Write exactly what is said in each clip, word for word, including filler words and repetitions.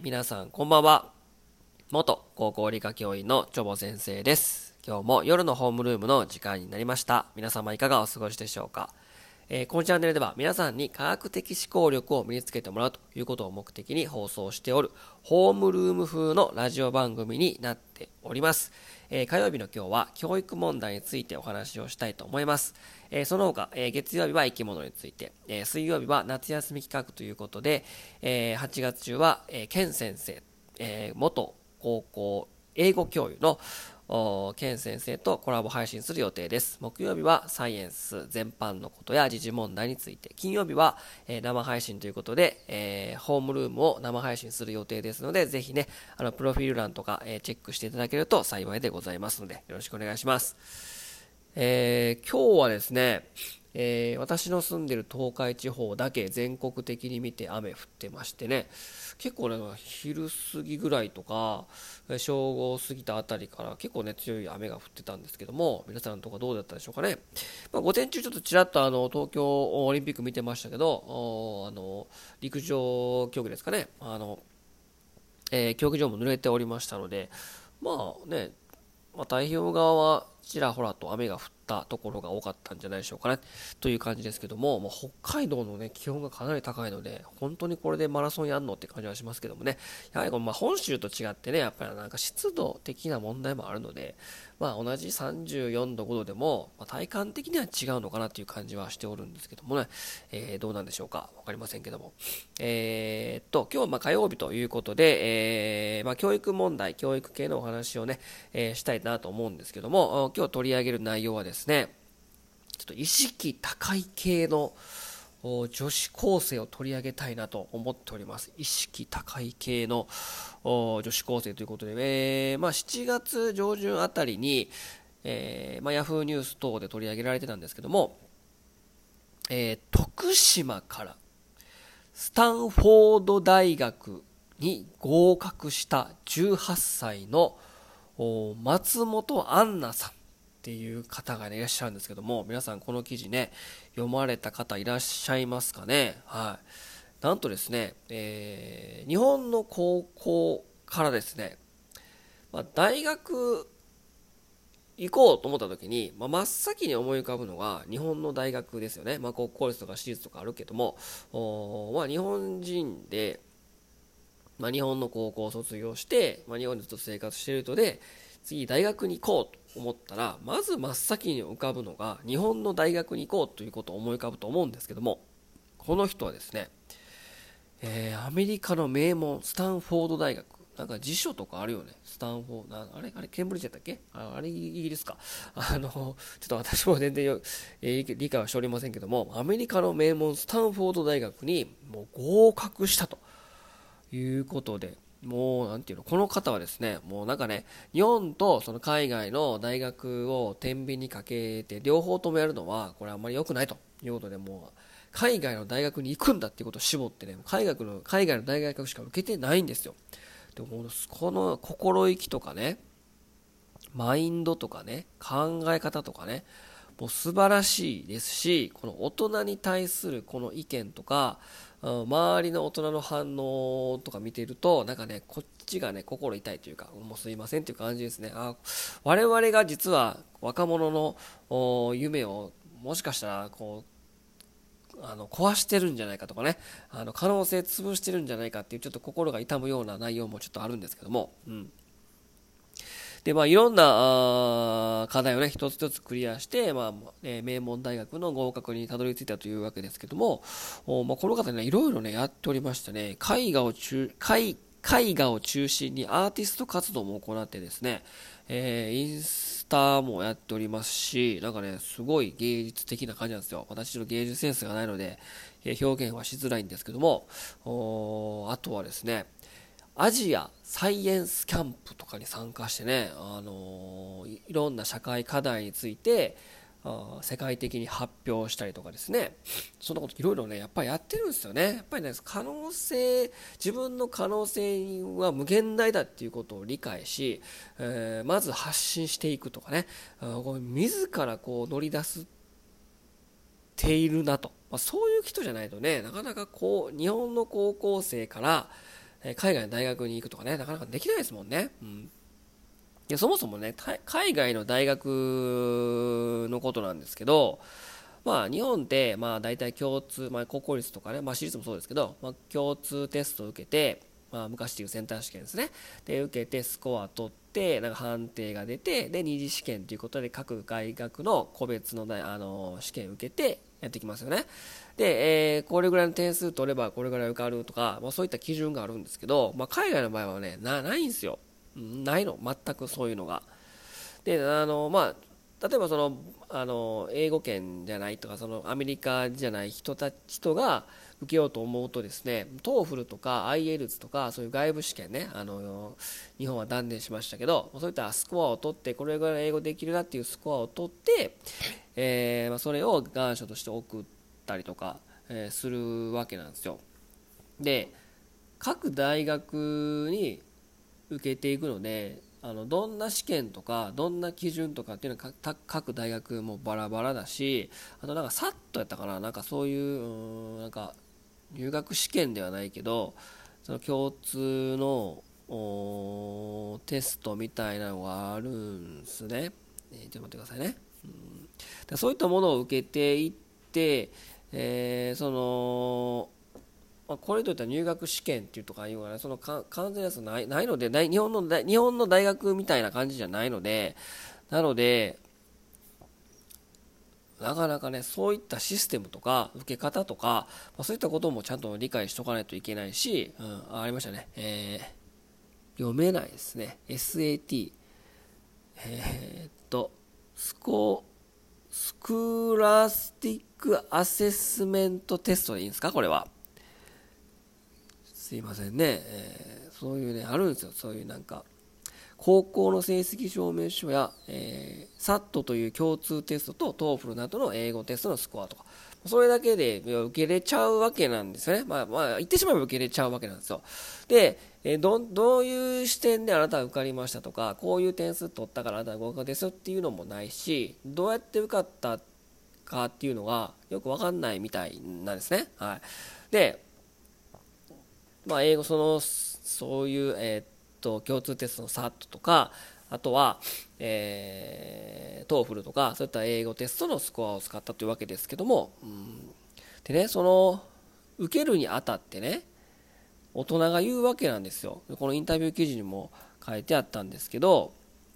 皆さんこんばんは。元高校理科教員のチョボ先生です。今日も夜のホームルームの時間になりました。皆様いかがお過ごしでしょうか。えー、このチャンネルでは皆さんに科学的思考力を身につけてもらうということを目的に放送しておるホームルーム風のラジオ番組になっております。えー、火曜日の今日は教育問題についてお話をしたいと思います。えー、その他、えー、月曜日は生き物について、えー、水曜日は夏休み企画ということで、えー、はちがつ中は、えー、ケン先生、えー、元高校英語教諭のケン先生とコラボ配信する予定です。木曜日はサイエンス全般のことや時事問題について、金曜日は、えー、生配信ということで、えー、ホームルームを生配信する予定ですので、ぜひね、あのプロフィール欄とか、えー、チェックしていただけると幸いでございますので、よろしくお願いします。えー、今日はですね、えー、私の住んでる東海地方だけ全国的に見て雨降ってましてね、結構ね、昼過ぎぐらいとか正午過ぎたあたりから結構ね強い雨が降ってたんですけども、皆さんのとこどうだったでしょうかね。まあ、午前中ちょっとちらっとあの東京オリンピック見てましたけど、あの陸上競技ですかね、あの、えー、競技場も濡れておりましたので、まあね、まあ、太平洋側はちらほらと雨が降ったところが多かったんじゃないでしょうかねという感じですけども、まあ、北海道の、ね、気温がかなり高いので、本当にこれでマラソンやんのって感じはしますけどもね、やはりこのまあ本州と違ってね、やっぱりなんか湿度的な問題もあるので、まあ、同じさんじゅうよんど、ごどでも、まあ、体感的には違うのかなという感じはしておるんですけどもね、えー、どうなんでしょうか、わかりませんけども、えー、っと今日はまあ火曜日ということで、えーまあ、教育問題、教育系のお話をね、えー、したいなと思うんですけども、今日取り上げる内容はですね、ちょっと意識高い系の女子高生を取り上げたいなと思っております。意識高い系の女子高生ということで、えーまあ、しちがつ上旬あたりに、えーまあ、ヤフーニュース等で取り上げられてたんですけども、えー、徳島からスタンフォード大学に合格したじゅうはっさいの松本杏奈さんっていう方が、ね、いらっしゃるんですけども、皆さんこの記事ね読まれた方いらっしゃいますかね。はい、なんとですね、えー、日本の高校からですね、まあ、大学行こうと思った時に、まあ、真っ先に思い浮かぶのが日本の大学ですよね。まあ、国公立とか私立とかあるけども、まあ、日本人で、まあ、日本の高校を卒業して、まあ、日本でずっと生活している人で、次大学に行こうと思ったら、まず真っ先に浮かぶのが日本の大学に行こうということを思い浮かぶと思うんですけども、この人はですね、えー、アメリカの名門スタンフォード大学、なんか辞書とかあるよね。スタンフォード、あれあれケンブリッジだったっけ、ああれイギリスか。あの、ちょっと私も全然よ、えー、理解はしておりませんけども、アメリカの名門スタンフォード大学にもう合格したということで、もうなんていうの、この方はですね、もうなんかね、日本とその海外の大学を天秤にかけて両方ともやるのはこれあんまり良くないということで、もう海外の大学に行くんだっていうことを絞ってね、海外の海外の大学しか受けてないんですよ。でもこの心意気とかね、マインドとかね、考え方とかね、もう素晴らしいですし、この大人に対するこの意見とか、周りの大人の反応とか見ていると、なんかね、こっちがね、心痛いというか、もうすいませんという感じですね。あ、我々が実は若者の夢をもしかしたらこうあの壊してるんじゃないかとかね、あの可能性潰してるんじゃないかっていうちょっと心が痛むような内容もちょっとあるんですけども、うん。でまあ、いろんな課題をね一つ一つクリアして、まあえー、名門大学の合格にたどり着いたというわけですけども、まあ、この方ねいろいろねやっておりましてね、絵画を中絵絵画を中心にアーティスト活動も行ってですね、えー、インスタもやっておりますし、なんかねすごい芸術的な感じなんですよ。私の芸術センスがないので、えー、表現はしづらいんですけども、あとはですね、アジアサイエンスキャンプとかに参加してね、あのー、いろんな社会課題についてあ世界的に発表したりとかですね、そんなこといろいろねやっぱりやってるんですよね。やっぱりね、可能性、自分の可能性は無限大だっていうことを理解し、えー、まず発信していくとかね、あこう自らこう乗り出しているなと、まあ、そういう人じゃないとね、なかなかこう日本の高校生からえー、海外の大学に行くとかね、なかなかできないですもんね。うん。いやそもそもね、海外の大学のことなんですけど、まあ、日本って、まあ、大体共通、まあ、国公立とかね、まあ、私立もそうですけど、まあ、共通テストを受けて、まあ、昔でいうセンター試験ですね。で、受けて、スコア取って、なんか判定が出て、で、二次試験ということで、各大学の個別の大、あの、試験を受けて、やってきますよね。で、えーこれぐらいの点数取れば、これぐらい受かるとか、まあ、そういった基準があるんですけど、まあ、海外の場合はね、な、ないんですよ。うんないの。全くそういうのが。で、あの、まあ、例えばその、あの、英語圏じゃないとか、そのアメリカじゃない人た人が受けようと思うとですね、トーフルとか アイエルツ とか、そういう外部試験ね、あの、日本は断念しましたけど、そういったスコアを取って、これぐらい英語できるなっていうスコアを取って、えーまあ、それを願書として送ったりとか、えーするわけなんですよ。で、各大学に受けていくので、あのどんな試験とかどんな基準とかっていうのは各大学もバラバラだし、あとなんかサットやったかな、なんかそういう、うーんなんか入学試験ではないけど、その共通のテストみたいなのがあるんですね。えー、ちょっと待ってくださいね。うん、だそういったものを受けていって、えーそのまあ、これといったら入学試験っていうとかいうのがね、そのか完全なやつないないので、日本の大日本の大学みたいな感じじゃないので、なので、なかなかね、そういったシステムとか、受け方とか、まあ、そういったこともちゃんと理解しとかないといけないし、うん、あ、ありましたね、えー、読めないですね、エスエーティー、えー、っと、スコ、スクラスティックアセスメントテストでいいんですか、これは。すいませんね、えーそういうね、あるんですよ、そういうなんか、高校の成績証明書や、えー、サット という共通テストと トーフル などの英語テストのスコアとか、それだけで受けれちゃうわけなんですよね。まあ、まあ、言ってしまえば受けれちゃうわけなんですよ。で、えーど、どういう視点であなたは受かりましたとか、こういう点数取ったからあなたは合格ですよっていうのもないし、どうやって受かったかっていうのがよくわかんないみたいなんですね。はい。で、まあ、英語そのそういう、えーっと共通テストの サット とか、あとは、えー、トーフル とかそういった英語テストのスコアを使ったというわけですけども、うん、でね、その受けるにあたってね、大人が言うわけなんですよ。このインタビュー記事にも書いてあったんですけど、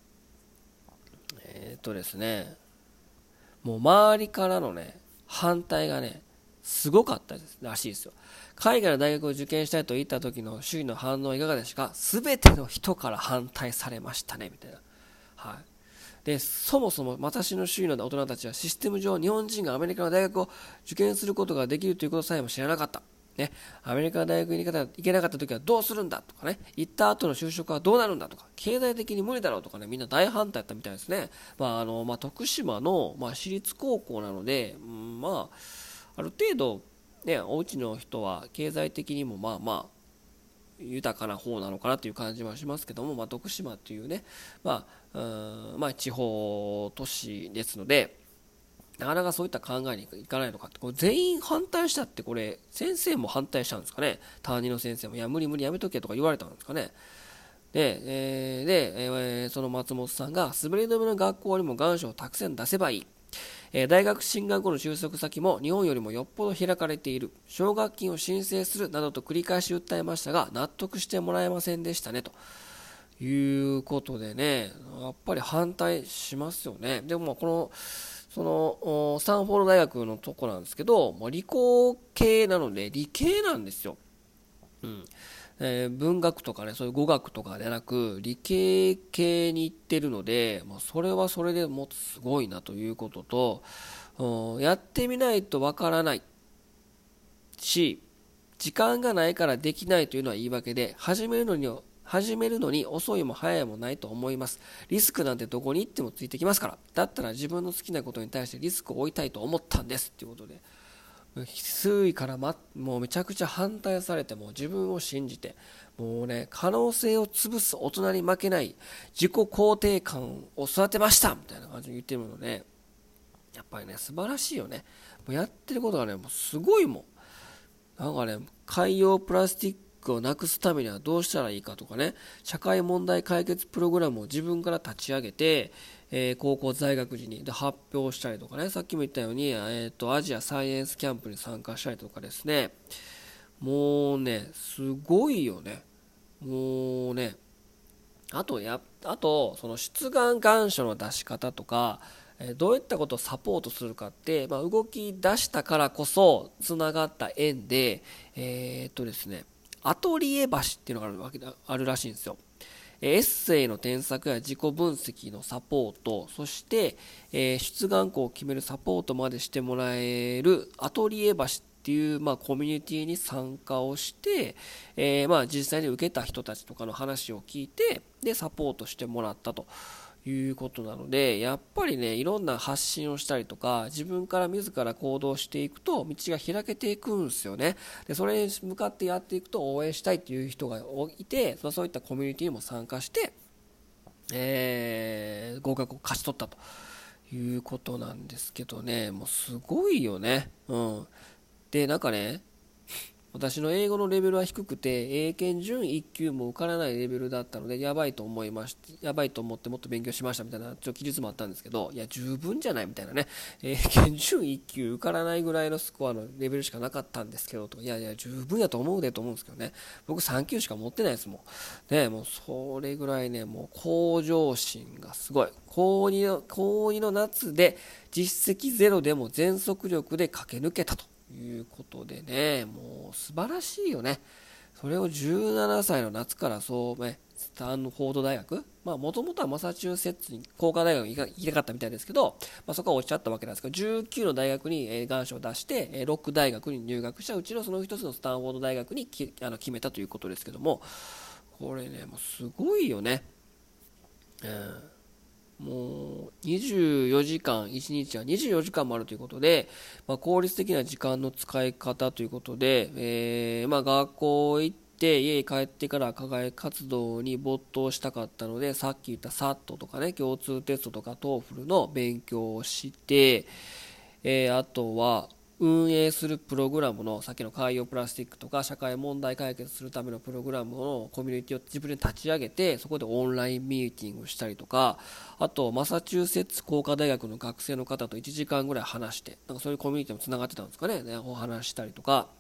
えーっとですね、もう周りからのね反対がねすごかったですらしいですよ。海外の大学を受験したいと言った時の周囲の反応はいかがですか。全ての人から反対されましたねみたいな。はい。でそもそも私の周囲の大人たちはシステム上日本人がアメリカの大学を受験することができるということさえも知らなかった。ね、アメリカの大学に行けなかった時はどうするんだとかね、行った後の就職はどうなるんだとか、経済的に無理だろうとかね、みんな大反対だったみたいですね。まああのまあ、徳島の、まあ、私立高校なので、うん、まあある程度ね、お家の人は経済的にもまあまあ豊かな方なのかなという感じはしますけども、まあ、徳島というね、まあうんまあ、地方都市ですので、なかなかそういった考えにいかないのかって、これ全員反対したって、これ先生も反対したんですかね。担任の先生もいや無理無理やめとけとか言われたんですかね。で、えーで、えーその松本さんが滑り止めの学校にも願書をたくさん出せばいい、えー大学進学後の就職先も日本よりもよっぽど開かれている、奨学金を申請するなどと繰り返し訴えましたが納得してもらえませんでしたねということでね、やっぱり反対しますよね。でもこのそのスタンフォード大学のとこなんですけど、まあ、理工系なので理系なんですよ。うんえー文学とかね、そういう語学とかではなく理系系に行ってるので、まあ、それはそれでもっとすごいなということと、うんやってみないとわからないし、時間がないからできないというのは言い訳で、始めるのに始めるのに遅いも早いもないと思います。リスクなんてどこに行ってもついてきますから。だったら自分の好きなことに対してリスクを負いたいと思ったんですということで、周囲から、ま、もうめちゃくちゃ反対されても自分を信じて、もうね、可能性を潰す大人に負けない自己肯定感を育てましたみたいな感じで言ってるので、やっぱりね素晴らしいよね。もうやってることがねもうすごいもん。なんかね、海洋プラスティックをなくすためにはどうしたらいいかとかね、社会問題解決プログラムを自分から立ち上げて、えー、高校在学時にで発表したりとかね、さっきも言ったように、えーと、アジアサイエンスキャンプに参加したりとかですね、もうね、すごいよね。もうね、あとや、あと、その出願願書の出し方とか、えーどういったことをサポートするかって、まあ、動き出したからこそつながった縁で、えーっとですね、アトリエ橋っていうのがあるわけだあるらしいんですよ。エッセイの添削や自己分析のサポート、そして、えー出願校を決めるサポートまでしてもらえるアトリエ橋っていう、まあ、コミュニティに参加をして、えーまあ、実際に受けた人たちとかの話を聞いて、で、サポートしてもらったということなので、やっぱりね、いろんな発信をしたりとか、自分から自ら行動していくと、道が開けていくんですよね。で、それに向かってやっていくと、応援したいっていう人がいて、そういったコミュニティにも参加して、えー合格を勝ち取ったということなんですけどね、もうすごいよね。うん。で、なんかね、私の英語のレベルは低くて、英検準いっ級も受からないレベルだったので、やばいと思いましやばいと思ってもっと勉強しましたみたいな、ちょっと記述もあったんですけど、いや、十分じゃないみたいなね、英検準いっ級受からないぐらいのスコアのレベルしかなかったんですけど、とかいやいや、十分やと思うでと思うんですけどね、僕さん級しか持ってないですもん。ね、もうそれぐらいね、もう向上心がすごい。高にの、高にの夏で実績ゼロでも全速力で駆け抜けたと。いうことでね、もう素晴らしいよね。それをじゅうななさいの夏からそうね、スタンフォード大学、まあもともとはマサチューセッツに工科大学に行きたかったみたいですけど、まあ、そこは落ちちゃったわけなんですけど、じゅうきゅうの大学に願書を出して、ろく大学に入学したうちのその一つのスタンフォード大学にきあの決めたということですけども、これね、もうすごいよね。うんもうにじゅうよじかん、いちにちはにじゅうよじかんもあるということで、まあ、効率的な時間の使い方ということで、えーまあ、学校行って家に帰ってから課外活動に没頭したかったので、さっき言った サット とかね、共通テストとか トーフル の勉強をして、えーあとは運営するプログラムのさっきの海洋プラスチックとか社会問題解決するためのプログラムのコミュニティを自分で立ち上げて、そこでオンラインミーティングしたりとか、あとマサチューセッツ工科大学の学生の方といちじかんぐらい話して、なんかそういうコミュニティもつながってたんですかね、ねお話したりとか、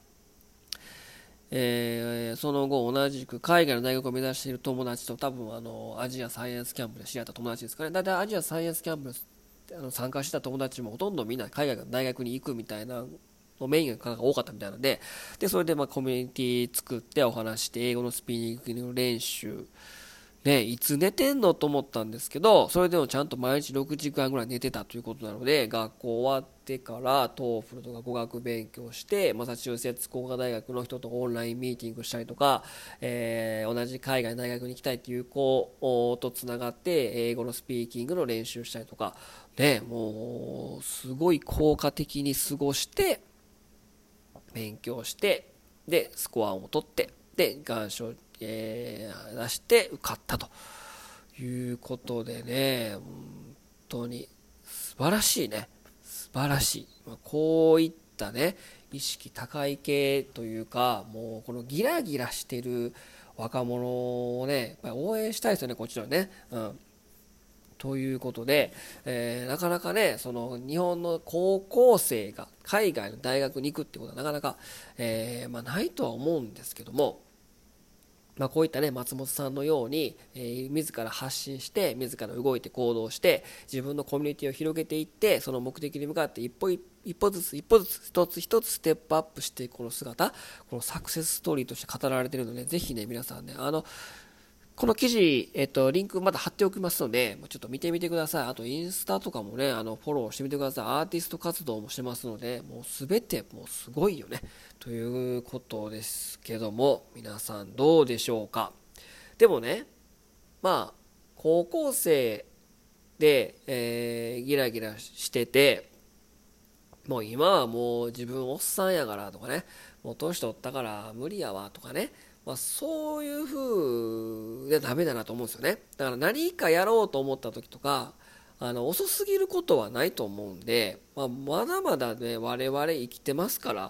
えーその後同じく海外の大学を目指している友達と、多分あのアジアサイエンスキャンプで知り合った友達ですかね。だいたいアジアサイエンスキャンプあの参加した友達もほとんどみんな海外の大学に行くみたいなのメインが多かったみたいなので、でそれでまあコミュニティ作ってお話して、英語のスピーキングの練習ね、いつ寝てんのと思ったんですけど、それでもちゃんと毎日ろくじかんぐらい寝てたということなので、学校終わってからトーフルとか語学勉強して、マサチューセッツ工科大学の人とオンラインミーティングしたりとか、えー同じ海外の大学に行きたいっていう子とつながって英語のスピーキングの練習したりとか、ね、もうすごい効果的に過ごして勉強して、でスコアを取って、で願書えー出して受かったということでね、本当に素晴らしいね、素晴らしい。まあこういったね、意識高い系というか、もうこのギラギラしてる若者をね、やっぱり応援したいですよね、こっちはね。うんということで、えーなかなかね、その日本の高校生が海外の大学に行くってことはなかなか、えーまあ、ないとは思うんですけども、まあ、こういったね、松本さんのように、えー自ら発信して、自ら動いて行動して、自分のコミュニティを広げていって、その目的に向かって一歩一一歩ずつ一歩ずつ一つ一つステップアップしていくこの姿、このサクセスストーリーとして語られているので、ぜひね、皆さんね、あの、この記事、えっと、リンクまだ貼っておきますので、ちょっと見てみてください。あと、インスタとかもね、あの、フォローしてみてください。アーティスト活動もしてますので、もうすべてもうすごいよね。ということですけども、皆さんどうでしょうか。でもね、まあ、高校生で、えーギラギラしてて、もう今はもう自分おっさんやからとかね、もう年取ったから無理やわとかね、まあ、そういう風でダメだなと思うんですよね。だから何かやろうと思った時とか、あの遅すぎることはないと思うんで、まあ、まだまだね我々生きてますから、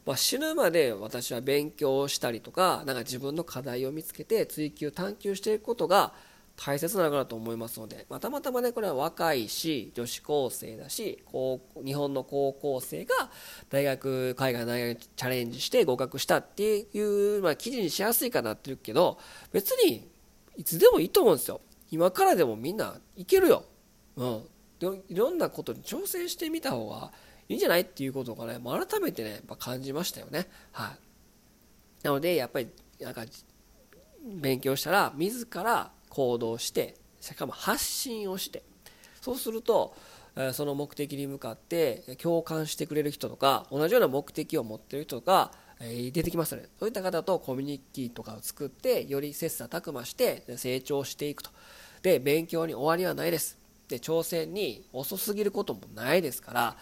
まあ、死ぬまで私は勉強したりとか、なんか自分の課題を見つけて追求探求していくことが大切なのかなと思いますので、まあ、たまたまねこれは若いし女子高生だし、高日本の高校生が大学海外の大学にチャレンジして合格したっていう、まあ、記事にしやすいかなっていうけど、別にいつでもいいと思うんですよ。今からでもみんないけるよ、うん、でいろんなことに挑戦してみた方がいいんじゃないっていうことがね、もう改めてねやっぱ感じましたよね。はい。なのでやっぱりなんか勉強したら自ら行動して、しかも発信をして、そうするとその目的に向かって共感してくれる人とか、同じような目的を持っている人とか出てきますので、そういった方とコミュニティとかを作って、より切磋琢磨して成長していくと。で、勉強に終わりはないです。で、挑戦に遅すぎることもないですから、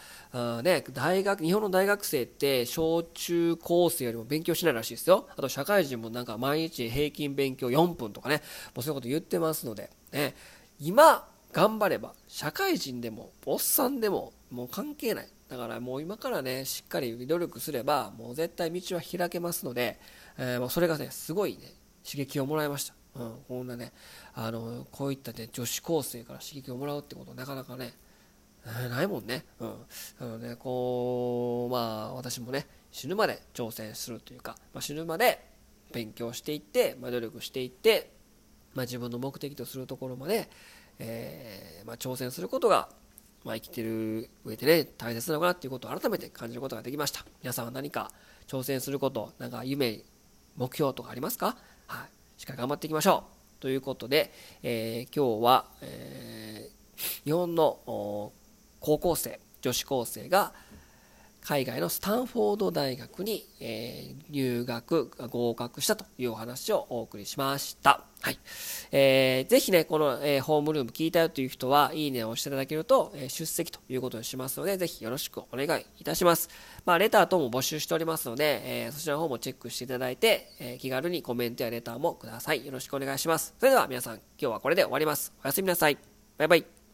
ね、大学日本の大学生って小中高生よりも勉強しないらしいですよ。あと社会人もなんか毎日平均勉強よんぷんとかね、もうそういうこと言ってますので、ね、今頑張れば社会人でもおっさんでももう関係ない。だからもう今からねしっかり努力すればもう絶対道は開けますので、えー、もうそれがねすごいね刺激をもらいました。うん、こんなねあのこういったね女子高生から刺激をもらうってことなかなかね、えー、ないもんね。うん、なのでこうまあ私もね死ぬまで挑戦するというか、まあ、死ぬまで勉強していって、まあ、努力していって、まあ、自分の目的とするところまで、えーまあ、挑戦することが、まあ、生きている上でね大切なのかなっていうことを改めて感じることができました。皆さんは何か挑戦すること、なんか夢目標とかありますか？はい、しっかり頑張っていきましょうということで、えー、今日は、えー、日本の高校生女子高生が海外のスタンフォード大学に、えー、入学合格したというお話をお送りしました。はい。えー、ぜひねこの、えー、ホームルーム聞いたよという人はいいねを押していただけると、えー、出席ということにしますので、ぜひよろしくお願いいたします。まあレター等も募集しておりますので、えー、そちらの方もチェックしていただいて、えー、気軽にコメントやレターもください。よろしくお願いします。それでは皆さん今日はこれで終わります。おやすみなさい。バイバイ。